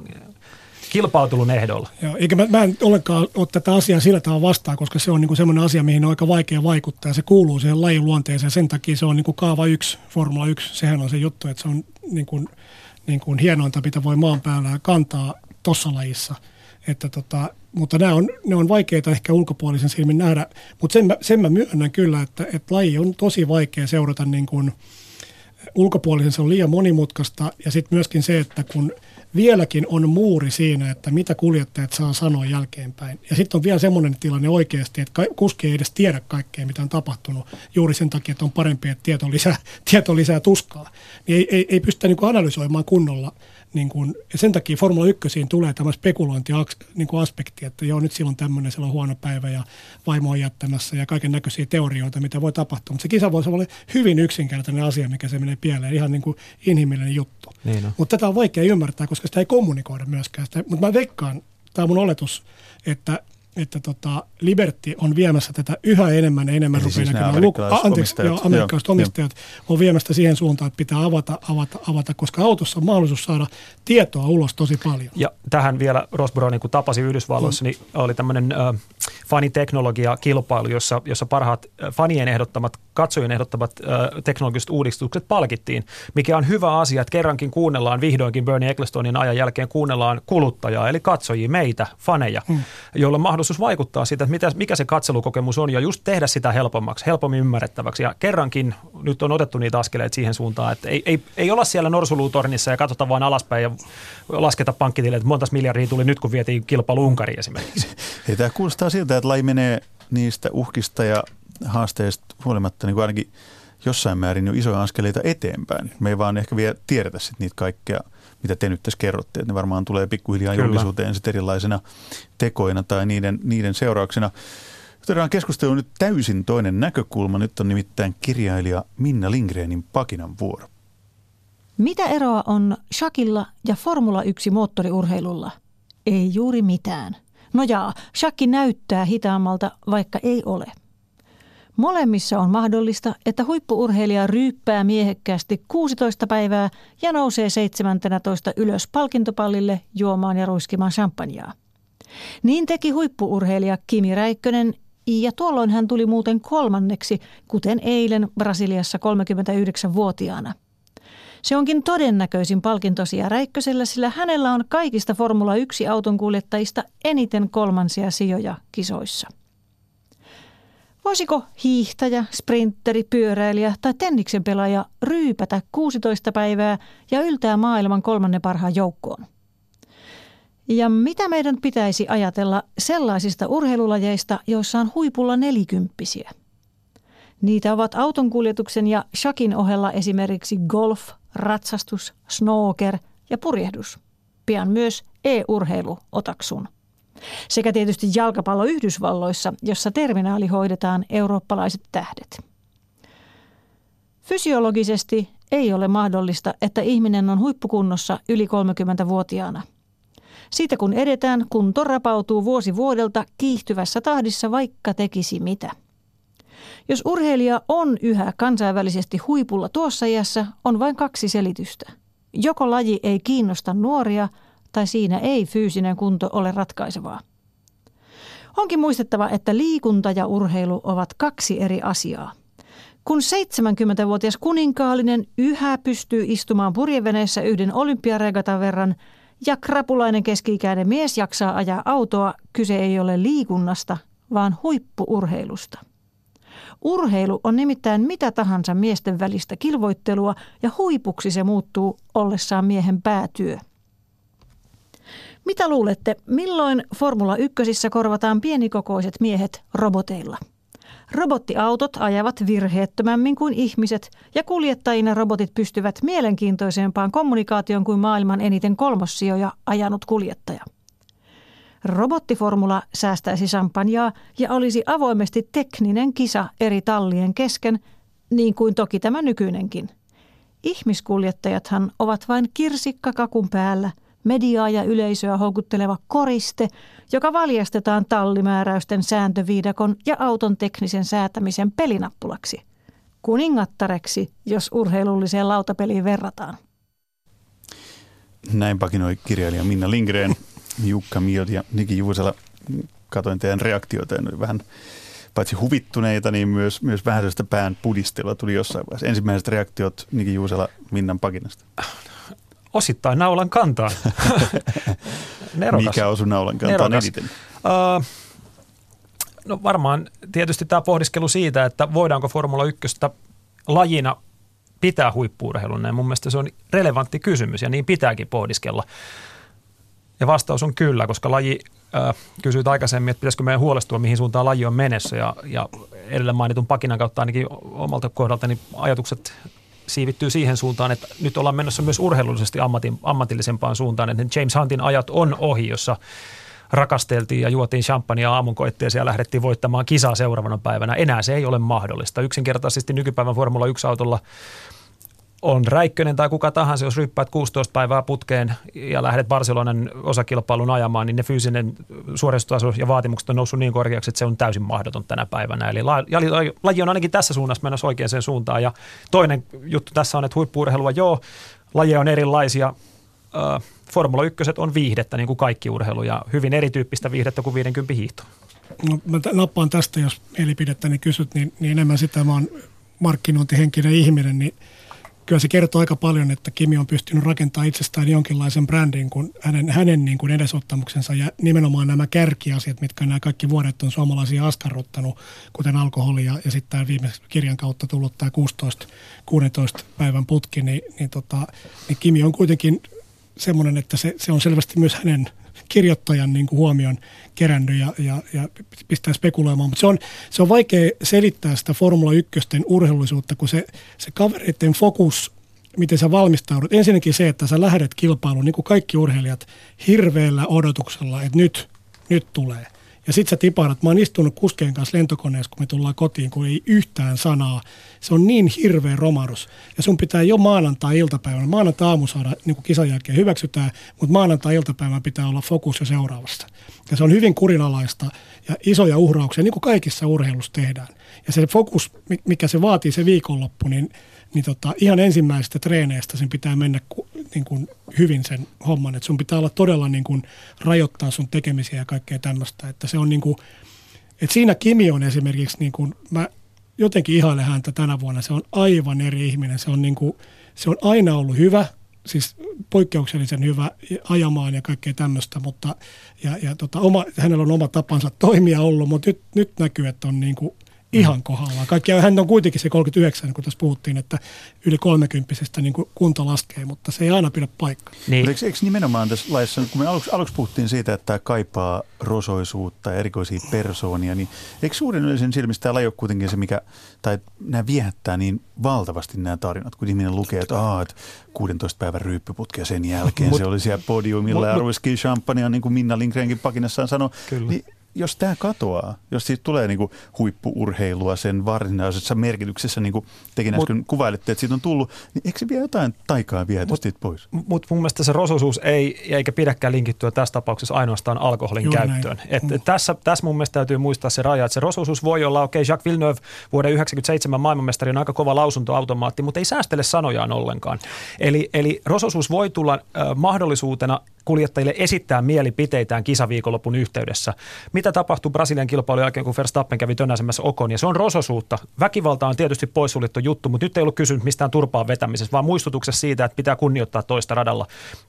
kilpailun ehdolla. Joo, eikä mä, mä en ollenkaan ole tätä asiaa sillä tavalla vastaan, koska se on niinku semmoinen asia, mihin on aika vaikea vaikuttaa ja se kuuluu siihen lajin luonteeseen. Sen takia se on niinku kaava yksi, Formula yksi, sehän on se juttu, että se on niinku, niinku hienointa, mitä voi maan päällä kantaa tuossa lajissa. Että tota, mutta nämä on, ne on vaikeita ehkä ulkopuolisen silmin nähdä, mutta sen mä, sen mä myönnän kyllä, että, että laji on tosi vaikea seurata niin kuin ulkopuolisen, se on liian monimutkaista ja sitten myöskin se, että kun vieläkin on muuri siinä, että mitä kuljettajat saa sanoa jälkeenpäin. Ja sitten on vielä semmoinen tilanne oikeasti, että kuski ei edes tiedä kaikkea, mitä on tapahtunut, juuri sen takia, että on parempi, että tieto lisää, tieto lisää tuskaa. Niin ei, ei, ei pystytä niin kuin analysoimaan kunnolla. Niin kuin, ja sen takia Formula ykkösiin tulee tämä spekulointiaspekti, niin että joo, nyt silloin tämmöinen, siellä on huono päivä ja vaimo on jättämässä ja kaiken näköisiä teorioita, mitä voi tapahtua. Mutta se kisa voi olla hyvin yksinkertainen asia, mikä se menee pieleen, ihan niin kuin inhimillinen juttu. Niin no. Mutta tätä on vaikea ymmärtää, koska sitä ei kommunikoida myöskään. Sitä, mutta mä veikkaan, tämä on mun oletus, että että tota, Liberty on viemässä tätä yhä enemmän ja enemmän rupeaa siis näkymään. Amerikkalaiset omistajat, joo, amerikkalaiset joo, omistajat joo. on viemästä siihen suuntaan, että pitää avata, avata, avata, koska autossa on mahdollisuus saada tietoa ulos tosi paljon. Ja tähän vielä Ross Brawn, kun tapasi Yhdysvalloissa, mm. niin oli tämmöinen äh, faniteknologia-kilpailu, jossa, jossa parhaat äh, fanien ehdottomat katsojien ehdottamat ö, teknologiset uudistukset palkittiin, mikä on hyvä asia, että kerrankin kuunnellaan vihdoinkin Bernie Ecclestonin ajan jälkeen kuunnellaan kuluttajaa, eli katsojia, meitä, faneja, hmm. joilla on mahdollisuus vaikuttaa siitä, että mitä, mikä se katselukokemus on ja just tehdä sitä helpommaksi, helpommin ymmärrettäväksi. Ja kerrankin nyt on otettu niitä askeleita siihen suuntaan, että ei, ei, ei olla siellä norsuluutornissa ja katsota vaan alaspäin ja lasketa pankkitilille, että montas miljardia tuli nyt, kun vietiin kilpailu Unkariin esimerkiksi. Hei, tämä kuulostaa siltä, että laji menee niistä uhkista ja haasteista huolimatta niin kuin ainakin jossain määrin jo isoja askeleita eteenpäin. Me ei vaan ehkä vielä tiedetä sit niitä kaikkea, mitä te nyt tässä kerrotte, että ne varmaan tulee pikkuhiljaa Kyllä. julkisuuteen sit erilaisena tekoina tai niiden, niiden seurauksena. Otetaan keskusteluun nyt täysin toinen näkökulma. Nyt on nimittäin kirjailija Minna Lindgrenin pakinan vuoro. Mitä eroa on shakilla ja Formula yksi moottoriurheilulla? Ei juuri mitään. No jaa, shakki näyttää hitaammalta, vaikka ei ole. Molemmissa on mahdollista, että huippu-urheilija ryyppää miehekkäästi kuusitoista päivää ja nousee seitsemäntoista ylös palkintopallille juomaan ja ruiskimaan champagnea. Niin teki huippu-urheilija Kimi Räikkönen, ja tuolloin hän tuli muuten kolmanneksi, kuten eilen Brasiliassa kolmekymmentäyhdeksänvuotiaana. Se onkin todennäköisin palkintosija Räikkösellä, sillä hänellä on kaikista Formula yksi autonkuljettajista eniten kolmansia sijoja kisoissa. Voisiko hiihtäjä, sprinteri, pyöräilijä tai tenniksen pelaaja ryypätä kuusitoista päivää ja yltää maailman kolmannen parhaan joukkoon? Ja mitä meidän pitäisi ajatella sellaisista urheilulajeista, joissa on huipulla nelikymppisiä? Niitä ovat autonkuljetuksen ja shakin ohella esimerkiksi golf, ratsastus, snooker ja purjehdus. Pian myös e-urheilu otaksun. Sekä tietysti jalkapallo Yhdysvalloissa, jossa terminaali hoidetaan eurooppalaiset tähdet. Fysiologisesti ei ole mahdollista, että ihminen on huippukunnossa yli kolmekymmentävuotiaana. Siitä kun edetään, kunto rapautuu vuosi vuodelta kiihtyvässä tahdissa, vaikka tekisi mitä. Jos urheilija on yhä kansainvälisesti huipulla tuossa iässä, on vain kaksi selitystä. Joko laji ei kiinnosta nuoria, tai siinä ei fyysinen kunto ole ratkaisevaa. Onkin muistettava, että liikunta ja urheilu ovat kaksi eri asiaa. Kun seitsemänkymmentävuotias kuninkaallinen yhä pystyy istumaan purjeveneessä yhden olympiaregatan verran ja krapulainen keski-ikäinen mies jaksaa ajaa autoa, kyse ei ole liikunnasta, vaan huippu-urheilusta. Urheilu on nimittäin mitä tahansa miesten välistä kilvoittelua ja huipuksi se muuttuu ollessaan miehen päätyö. Mitä luulette, milloin Formula ykkösissä korvataan pienikokoiset miehet roboteilla? Robottiautot ajavat virheettömämmin kuin ihmiset ja kuljettajina robotit pystyvät mielenkiintoisempaan kommunikaatioon kuin maailman eniten kolmossijoja ajanut kuljettaja. Robottiformula säästäisi champanjaa ja olisi avoimesti tekninen kisa eri tallien kesken, niin kuin toki tämä nykyinenkin. Ihmiskuljettajathan ovat vain kirsikka kakun päällä, mediaa ja yleisöä houkutteleva koriste, joka valjastetaan tallimääräysten sääntöviidakon ja auton teknisen säätämisen pelinappulaksi. Kuningattareksi, jos urheilulliseen lautapeliin verrataan. Näin pakinoi kirjailija Minna Lindgren, Jukka Miot ja Niki Juusela. Katoin teidän reaktioita ja vähän paitsi huvittuneita, niin myös, myös vähän sellaista pään pudistelua tuli jossain vaiheessa. Ensimmäiset reaktiot Niki Juusela Minnan pakinasta. Osittain naulan kantaan. Mikä osui naulan kantaan eniten? Uh, no varmaan tietysti tämä pohdiskelu siitä, että voidaanko Formula yksi lajina pitää huippu-urheiluna. Ja mun mielestä se on relevantti kysymys ja niin pitääkin pohdiskella. Ja vastaus on kyllä, koska laji äh, kysyit aikaisemmin, että pitäisikö meidän huolestua, mihin suuntaan laji on menossa. Ja, ja edellä mainitun pakinan kautta ainakin omalta kohdaltani ajatukset siivittyy siihen suuntaan, että nyt ollaan menossa myös urheilullisesti ammatin, ammatillisempaan suuntaan. Että James Huntin ajat on ohi, jossa rakasteltiin ja juotiin champagnea aamunkoitteeseen ja lähdettiin voittamaan kisaa seuraavana päivänä. Enää se ei ole mahdollista. Yksinkertaisesti nykypäivän Formula yksi-autolla on Räikkönen tai kuka tahansa, jos ryppäät kuusitoista päivää putkeen ja lähdet Barcelonan osakilpailun ajamaan, niin ne fyysinen suoritustaso ja vaatimukset on noussut niin korkeaksi, että se on täysin mahdoton tänä päivänä. Eli laji on ainakin tässä suunnassa menossa oikeaan suuntaan. Ja toinen juttu tässä on, että huippu-urheilua, joo, lajeja on erilaisia. Formula yksi on viihdettä, niin kuin kaikki urheilu, ja hyvin erityyppistä viihdettä kuin viidenkymmenen hiihto. No, mä nappaan tästä, jos mielipidettäni kysyt, niin, niin enemmän sitä mä oon markkinointihenkinen ihminen, niin kyllä se kertoo aika paljon, että Kimi on pystynyt rakentamaan itsestään jonkinlaisen brändin kuin hänen, hänen niin kuin edesottamuksensa ja nimenomaan nämä kärkiasiat, mitkä nämä kaikki vuodet on suomalaisia askarruttanut, kuten alkoholi ja, ja sitten tämä viimeisen kirjan kautta tullut tämä kuusitoista kuusitoista päivän putki, niin, niin, tota, niin Kimi on kuitenkin semmoinen, että se, se on selvästi myös hänen kirjoittajan niin kuin huomion kerännyt ja, ja, ja pistää spekuloimaan, mutta se on, se on vaikea selittää sitä Formula ykkösten urheilullisuutta, kun se, se kavereiden fokus, miten sä valmistaudut. Ensinnäkin se, että sä lähdet kilpailuun, niin kuin kaikki urheilijat, hirveällä odotuksella, että nyt, nyt tulee. Ja sit sä tipahdat. Mä oon istunut kuskeen kanssa lentokoneessa, kun me tullaan kotiin, kun ei yhtään sanaa. Se on niin hirveä romahdus. Ja sun pitää jo maanantai-iltapäivänä, maanantai-aamu saada niin kuin kisan jälkeen hyväksytään, mutta maanantai-iltapäivänä pitää olla fokus jo seuraavassa. Ja se on hyvin kurinalaista ja isoja uhrauksia, niin kuin kaikissa urheilussa tehdään. Ja se fokus, mikä se vaatii se viikonloppu, niin niin tota, ihan ensimmäisestä treeneistä sen pitää mennä ku, niin kuin hyvin sen homman. Että sun pitää olla todella niin kuin rajoittaa sun tekemisiä ja kaikkea tämmöistä. Että se on niin kuin, että siinä Kimi on esimerkiksi, niin kuin, mä jotenkin ihailen häntä tänä vuonna. Se on aivan eri ihminen. Se on, niin kuin, se on aina ollut hyvä, siis poikkeuksellisen hyvä ajamaan ja kaikkea tämmöistä. Mutta, ja, ja tota, oma, hänellä on oma tapansa toimia ollut, mutta nyt, nyt näkyy, että on niin kuin ihan kohdallaan. Kaikki, hän on kuitenkin se kolmekymmentäyhdeksän, kun tässä puhuttiin, että yli kolmekymppisestä niin kunto laskee, mutta se ei aina pidä paikkaa. Niin. Eikö, eikö nimenomaan tässä laissa, kun me aluksi, aluksi puhuttiin siitä, että tämä kaipaa rosoisuutta ja erikoisia persoonia, niin eikö suurin yleisen silmistä tämä laji ole kuitenkin se, mikä, tai nämä viehättää niin valtavasti nämä tarinat, kun ihminen lukee, että, aah, että kuudentoista päivän ryyppyputki ja sen jälkeen mut, se oli siellä podiumilla mut, ja ruiski champagnea, niin kuin Minna Lindgrenkin pakinassaan sanoi, niin jos tämä katoaa, jos siitä tulee niinku huippu-urheilua sen varsinaisessa merkityksessä, niin kuin tekin äsken mut, kuvailitte, että siitä on tullut, niin eikö se vie jotain taikaa viehätystä siitä pois? Mutta mun mielestä se rosoisuus ei, eikä pidäkään linkittyä tässä tapauksessa ainoastaan alkoholin Juuri käyttöön. Et mm. tässä, tässä mun mielestä täytyy muistaa se raja, että se rosoisuus voi olla, okei, okay, Jacques Villeneuve vuoden yhdeksänkymmentäseitsemän maailmanmestari on aika kova lausuntoautomaatti, mutta ei säästele sanojaan ollenkaan. Eli, eli rosoisuus voi tulla äh, mahdollisuutena kuljettajille esittää mielipiteitään kisaviikonlopun yhteydessä. Mitä tapahtui Brasilian kilpailun jälkeen, kun Verstappen kävi tönäsemässä Ocon, ja se on rosoisuutta. Väkivalta on tietysti poissuljettu juttu, mutta nyt ei ollut kysymys mistään turpaan vetämisestä, vaan muistutuksessa siitä, että pitää kunnioittaa toista radalla.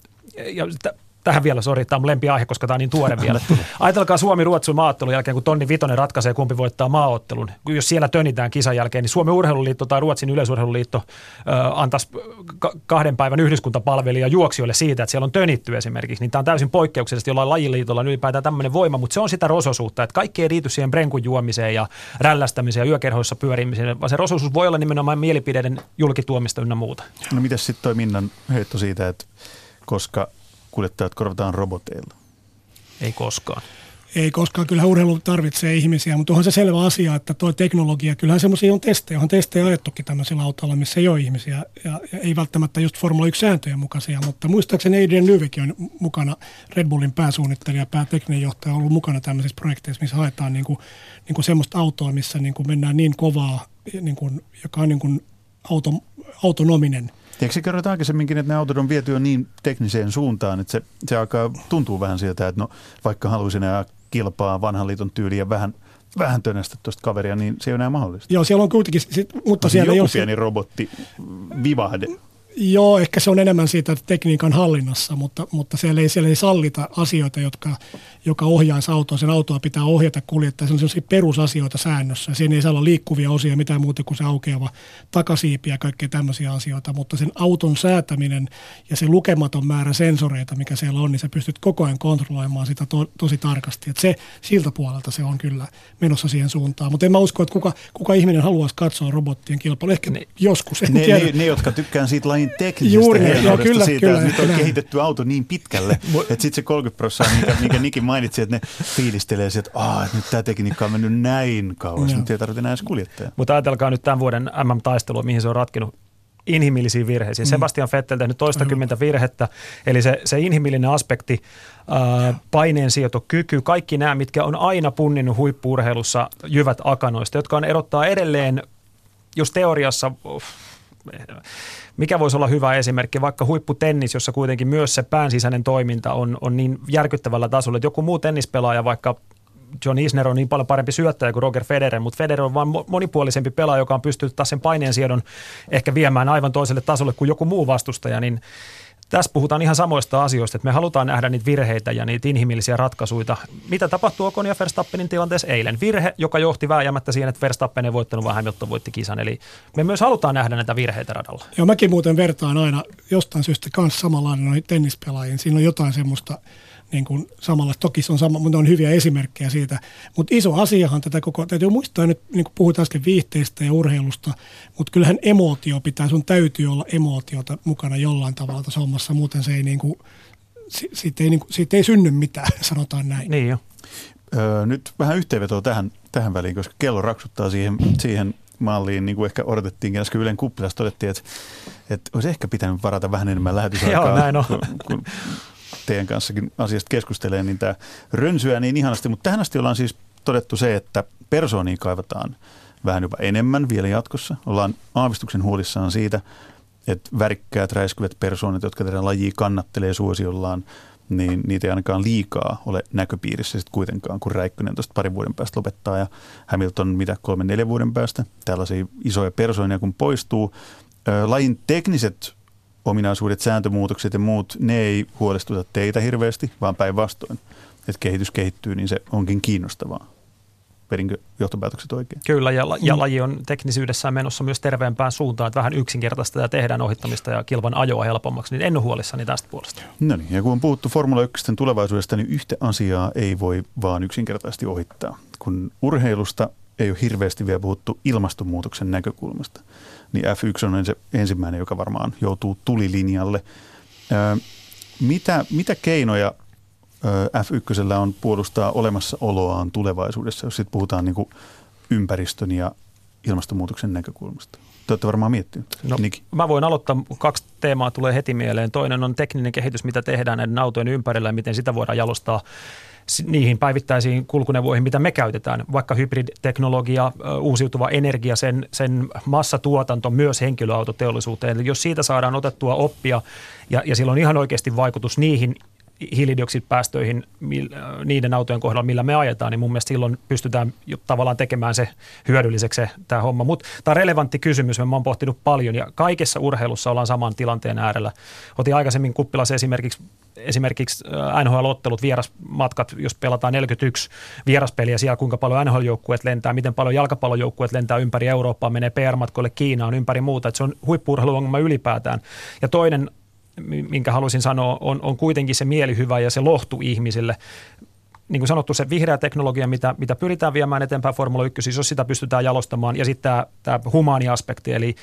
Ja t- Tähän vielä, sori, tämä on mun lempiaihe, koska tämä on niin tuore vielä. Ajatelkaa Suomi-Ruotsin maaottelun jälkeen, kun Tonni Vitonen ratkaisee, kumpi voittaa maaottelun. Jos siellä tönitään kisan jälkeen, niin Suomen urheiluliitto tai Ruotsin yleisurheiluliitto äh, antaisi k- kahden päivän yhdyskuntapalvelija juoksijoille siitä, että siellä on tönitty esimerkiksi. Niin tämä on täysin poikkeuksellisesti, jollain lajiliitolla on ylipäätään tämmöinen voima, mutta se on sitä rosoisuutta, että kaikki ei liity siihen brenkun juomiseen ja rällästämiseen ja yökerhoissa pyörimiseen, vaan se rosoisuus voi olla nimenomaan mielipideiden julkituomista ynnä muuta. No mitäs sitten toi Minnan heitto siitä, että koska kuljettajat korvataan roboteilla? Ei koskaan. Ei koskaan. Kyllä urheilu tarvitsee ihmisiä, mutta onhan se selvä asia, että tuo teknologia, kyllähän semmoisia on testejä. On testejä ajettukin tämmöisillä autoilla, missä ei ole ihmisiä. Ja, ja ei välttämättä just Formula yksi sääntöjen mukaisia, mutta muistaakseni Adrian Neweykin on mukana, Red Bullin pääsuunnittelija, päätekninen johtaja, on ollut mukana tämmöisissä projekteissa, missä haetaan niin kuin, niin kuin semmoista autoa, missä niin kuin mennään niin kovaa, niin kuin, joka on niin kuin auto, autonominen. Eikö se kerrota aikaisemminkin, että nämä autot on viety jo niin tekniseen suuntaan, että se, se alkaa tuntuu vähän siltä, että no, vaikka haluaisin enää kilpaa vanhan liiton tyyliin ja vähän, vähän tönästä tuosta kaveria, niin se ei ole enää mahdollista. Joo, siellä on kuitenkin, mutta no, siellä ei ole pieni robotti vivahde. Joo, ehkä se on enemmän siitä tekniikan hallinnassa, mutta, mutta siellä, ei, siellä ei sallita asioita, jotka, joka ohjaisi autoa. Sen autoa pitää ohjata kuljettaa. Se on sellaisia perusasioita säännössä. Siinä ei saa olla liikkuvia osia, mitään muuta kuin se aukeava takasiipi ja kaikkea tämmöisiä asioita. Mutta sen auton säätäminen ja se lukematon määrä sensoreita, mikä siellä on, niin sä pystyt koko ajan kontrolloimaan sitä to, tosi tarkasti. Et se, siltä puolelta se on kyllä menossa siihen suuntaan. Mutta en mä usko, että kuka, kuka ihminen haluaisi katsoa robottien kilpailua. Ehkä ne, joskus, en ne, tiedä. Ne, ne, jotka tykkään siitä lajin teknisestä Juuri, herroudesta kyllä, siitä, kyllä, että nyt on kyllä. kehitetty auto niin pitkälle, että sitten se kolmekymmentä prosenttia, mikä, mikä Niki mainitsi, että ne fiilistelee sieltä, että, että nyt tämä tekniikka on mennyt näin kauas, nyt ei tarvitse enää edes kuljettajaa. Mutta ajatelkaa nyt tämän vuoden M M-taistelua, mihin se on ratkenut. Inhimillisiin virheisiin. Mm. Sebastian Vettel tehnyt toistakymmentä virhettä, eli se, se inhimillinen aspekti, ää, paineensietokyky, kaikki nämä, mitkä on aina punninnut huippu-urheilussa jyvät akanoista, jotka on erottaa edelleen, jos teoriassa, mikä voisi olla hyvä esimerkki, vaikka huipputennis, jossa kuitenkin myös se päänsisäinen toiminta on, on niin järkyttävällä tasolla, että joku muu tennispelaaja vaikka John Isner on niin paljon parempi syöttäjä kuin Roger Federer, mutta Federer on vaan monipuolisempi pelaaja, joka on pystynyt taas sen paineensiedon ehkä viemään aivan toiselle tasolle kuin joku muu vastustaja, niin tässä puhutaan ihan samoista asioista, että me halutaan nähdä niitä virheitä ja niitä inhimillisiä ratkaisuja. Mitä tapahtui Ocon ja Verstappenin tilanteessa eilen? Virhe, joka johti vääjäämättä siihen, että Verstappen ei voittanut, vaan Hamilton voitti kisan. Eli me myös halutaan nähdä näitä virheitä radalla. Joo, mäkin muuten vertaan aina jostain syystä kanssa samanlainen noihin tennispelaajiin. Siinä on jotain semmoista niin kuin samalla, toki se on sama, mutta on hyviä esimerkkejä siitä. Mutta iso asiahan tätä koko, täytyy muistaa nyt, niin kuin puhuit äsken viihteistä ja urheilusta, mutta kyllähän emootio pitää, sun täytyy olla emootiota mukana jollain tavalla tässä hommassa, muuten se ei, niin kuin, siitä ei, niin kuin, siitä ei synny mitään, sanotaan näin. Niin jo. Öö, nyt vähän yhteenvetoa tähän, tähän väliin, koska kello raksuttaa siihen, siihen malliin, niin kuin ehkä odotettiinkin, äsken Ylen kuppilassa todettiin, että, että olisi ehkä pitänyt varata vähän enemmän lähetysaikaa. Joo, näin on. Kun, kun teidän kanssakin asiasta keskustelee, niin tämä rönsyää niin ihanasti, mutta tähän asti ollaan siis todettu se, että persoonia kaivataan vähän jopa enemmän vielä jatkossa. Ollaan aavistuksen huolissaan siitä, että värikkäät, räiskyvät persoonat, jotka tätä lajia kannattelee suosiollaan, niin niitä ei ainakaan liikaa ole näköpiirissä sitten kuitenkaan, kun Räikkönen tuosta parin vuoden päästä lopettaa ja Hamilton mitä kolmen, neljän vuoden päästä. Tällaisia isoja persoonia kun poistuu. Lajin tekniset ominaisuudet, sääntömuutokset ja muut, ne ei huolestuta teitä hirveästi, vaan päinvastoin. Että kehitys kehittyy, niin se onkin kiinnostavaa. Verinkö johtopäätökset oikein? Kyllä, ja, ja laji on teknisyydessään menossa myös terveempään suuntaan, että vähän yksinkertaista ja tehdään ohittamista ja kilvan ajoa helpommaksi, niin en ole huolissani tästä puolesta. No niin, ja kun on puhuttu Formula yksi tulevaisuudesta, niin yhtä asiaa ei voi vaan yksinkertaisesti ohittaa. Kun urheilusta ei ole hirveästi vielä puhuttu ilmastonmuutoksen näkökulmasta, niin F yksi on se ensimmäinen, joka varmaan joutuu tulilinjalle. Öö, mitä, mitä keinoja öö, F yksi on puolustaa olemassaoloaan tulevaisuudessa, jos sitten puhutaan niin kuin ympäristön ja ilmastonmuutoksen näkökulmasta? Te olette varmaan miettinyt. No, mä voin aloittaa, kaksi teemaa tulee heti mieleen. Toinen on tekninen kehitys, mitä tehdään näiden autojen ympärillä ja miten sitä voidaan jalostaa niihin päivittäisiin kulkuneuvoihin, mitä me käytetään, vaikka hybriditeknologia, uusiutuva energia, sen, sen massatuotanto myös henkilöautoteollisuuteen. Eli jos siitä saadaan otettua oppia ja, ja sillä on ihan oikeasti vaikutus niihin hiilidioksidipäästöihin niiden autojen kohdalla, millä me ajetaan, niin mun mielestä silloin pystytään tavallaan tekemään se hyödylliseksi se, tämä homma. Mutta tämä on relevantti kysymys, mä oon pohtinut paljon ja kaikessa urheilussa ollaan saman tilanteen äärellä. Otin aikaisemmin kuppilassa esimerkiksi, esimerkiksi N H L-ottelut, vierasmatkat, jos pelataan neljäkymmentäyksi vieraspeliä siellä, kuinka paljon N H L-joukkueet lentää, miten paljon jalkapallojoukkueet lentää ympäri Eurooppaa, menee P R-matkoille Kiinaan, ympäri muuta, että se on huippu-urheiluongelma ylipäätään. Ja toinen, minkä haluaisin sanoa, on, on kuitenkin se mielihyvä ja se lohtu ihmisille. Niin kuin sanottu, se vihreä teknologia, mitä, mitä pyritään viemään eteenpäin Formula yksi, siis jos sitä pystytään jalostamaan, ja sitten tämä, tämä humaani aspekti, eli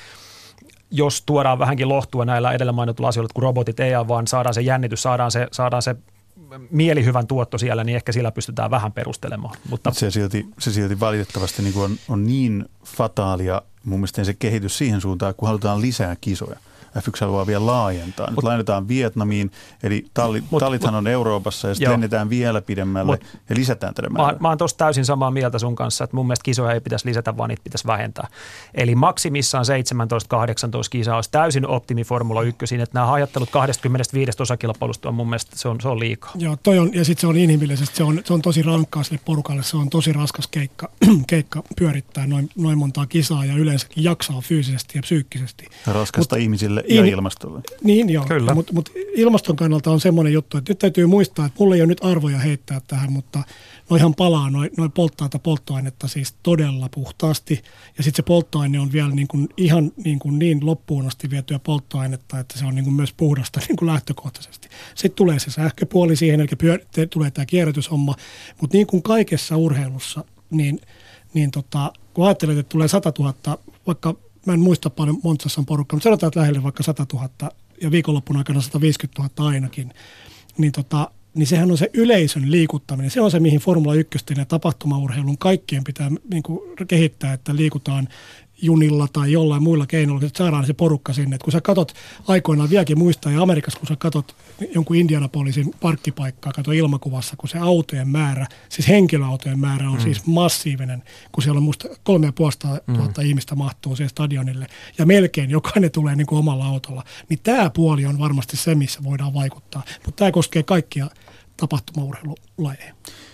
jos tuodaan vähänkin lohtua näillä edellä mainituilla asioilla, kun robotit ei vaan saadaan se jännitys, saadaan se, saadaan se mielihyvän tuotto siellä, niin ehkä sillä pystytään vähän perustelemaan. Mutta se, silti, se silti valitettavasti niin kuin on, on niin fataalia mun mielestä se kehitys siihen suuntaan, kun halutaan lisää kisoja. F yksi haluaa vielä laajentaa. Nyt mut, lainataan Vietnamiin, eli talli, mut, tallithan mut, on Euroopassa ja sitten lennetään vielä pidemmälle mut, ja lisätään tätä määrää. Mä, mä oon tuossa täysin samaa mieltä sun kanssa, että mun mielestä kisoja ei pitäisi lisätä, vaan niitä pitäisi vähentää. Eli maksimissaan seitsemäntoista kahdeksantoista kisaa olisi täysin optimi Formula yksi, että nämä hajattelut kaksikymmentäviisi osakilpailusta on mun mielestä se on, se on liikaa. Joo, toi on, ja sitten se on inhimillisesti, se on, se on tosi rankkaa sille porukalle, se on tosi raskas keikka, keikka pyörittää noin, noin montaa kisaa ja yleensäkin jaksaa fyysisesti ja psyykkisesti. Raskasta Mut, ihmisille ja in, ilmastolle. Niin joo, mutta mut ilmaston kannalta on semmoinen juttu, että nyt täytyy muistaa, että mulla ei ole nyt arvoja heittää tähän, mutta noihan palaa, noin noi polttaa polttoainetta siis todella puhtaasti. Ja sitten se polttoaine on vielä niin kuin ihan niin, kuin niin loppuun asti vietyä polttoainetta, että se on niin kuin myös puhdasta niin kuin lähtökohtaisesti. Sitten tulee se sähköpuoli siihen, eli pyör- tulee tämä kierrätyshomma, mutta niin kuin kaikessa urheilussa, niin, niin tota, kun ajattelet, että tulee sata tuhatta, vaikka mä en muista paljon Montsassa on porukka, mutta sanotaan, että lähelle vaikka sata tuhatta ja viikonloppun aikana sata viisikymmentätuhatta ainakin, niin, tota, niin sehän on se yleisön liikuttaminen. Se on se, mihin Formula yksi ja tapahtumaurheilun kaikkien pitää niin kuin kehittää, että liikutaan junilla tai jollain muilla keinoilla, että saadaan se porukka sinne. Et kun sä katot aikoinaan vieläkin muistaa, ja Amerikassa kun sä katot jonkun Indianapolisin parkkipaikkaa, kato ilmakuvassa, kun se autojen määrä, siis henkilöautojen määrä on mm. siis massiivinen, kun siellä on musta kolme ja puolesta tuhatta mm. ihmistä mahtuu siihen stadionille, ja melkein jokainen tulee niin kuin omalla autolla. Niin tämä puoli on varmasti se, missä voidaan vaikuttaa. Mutta tämä koskee kaikkia tapahtumaurheilulajeja.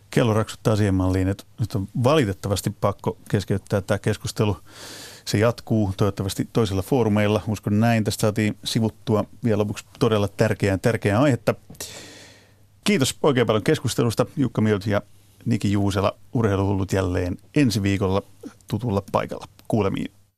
Kello raksuttaa siihen malliin, että nyt on valitettavasti pakko keskeyttää tämä keskustelu. Se jatkuu toivottavasti toisilla foorumeilla. Uskon näin. Tästä saatiin sivuttua vielä lopuksi todella tärkeää, tärkeää aihetta. Kiitos oikein paljon keskustelusta. Jukka Mjölty ja Niki Juusela, Urheiluhullut jälleen ensi viikolla tutulla paikalla. Kuulemiin.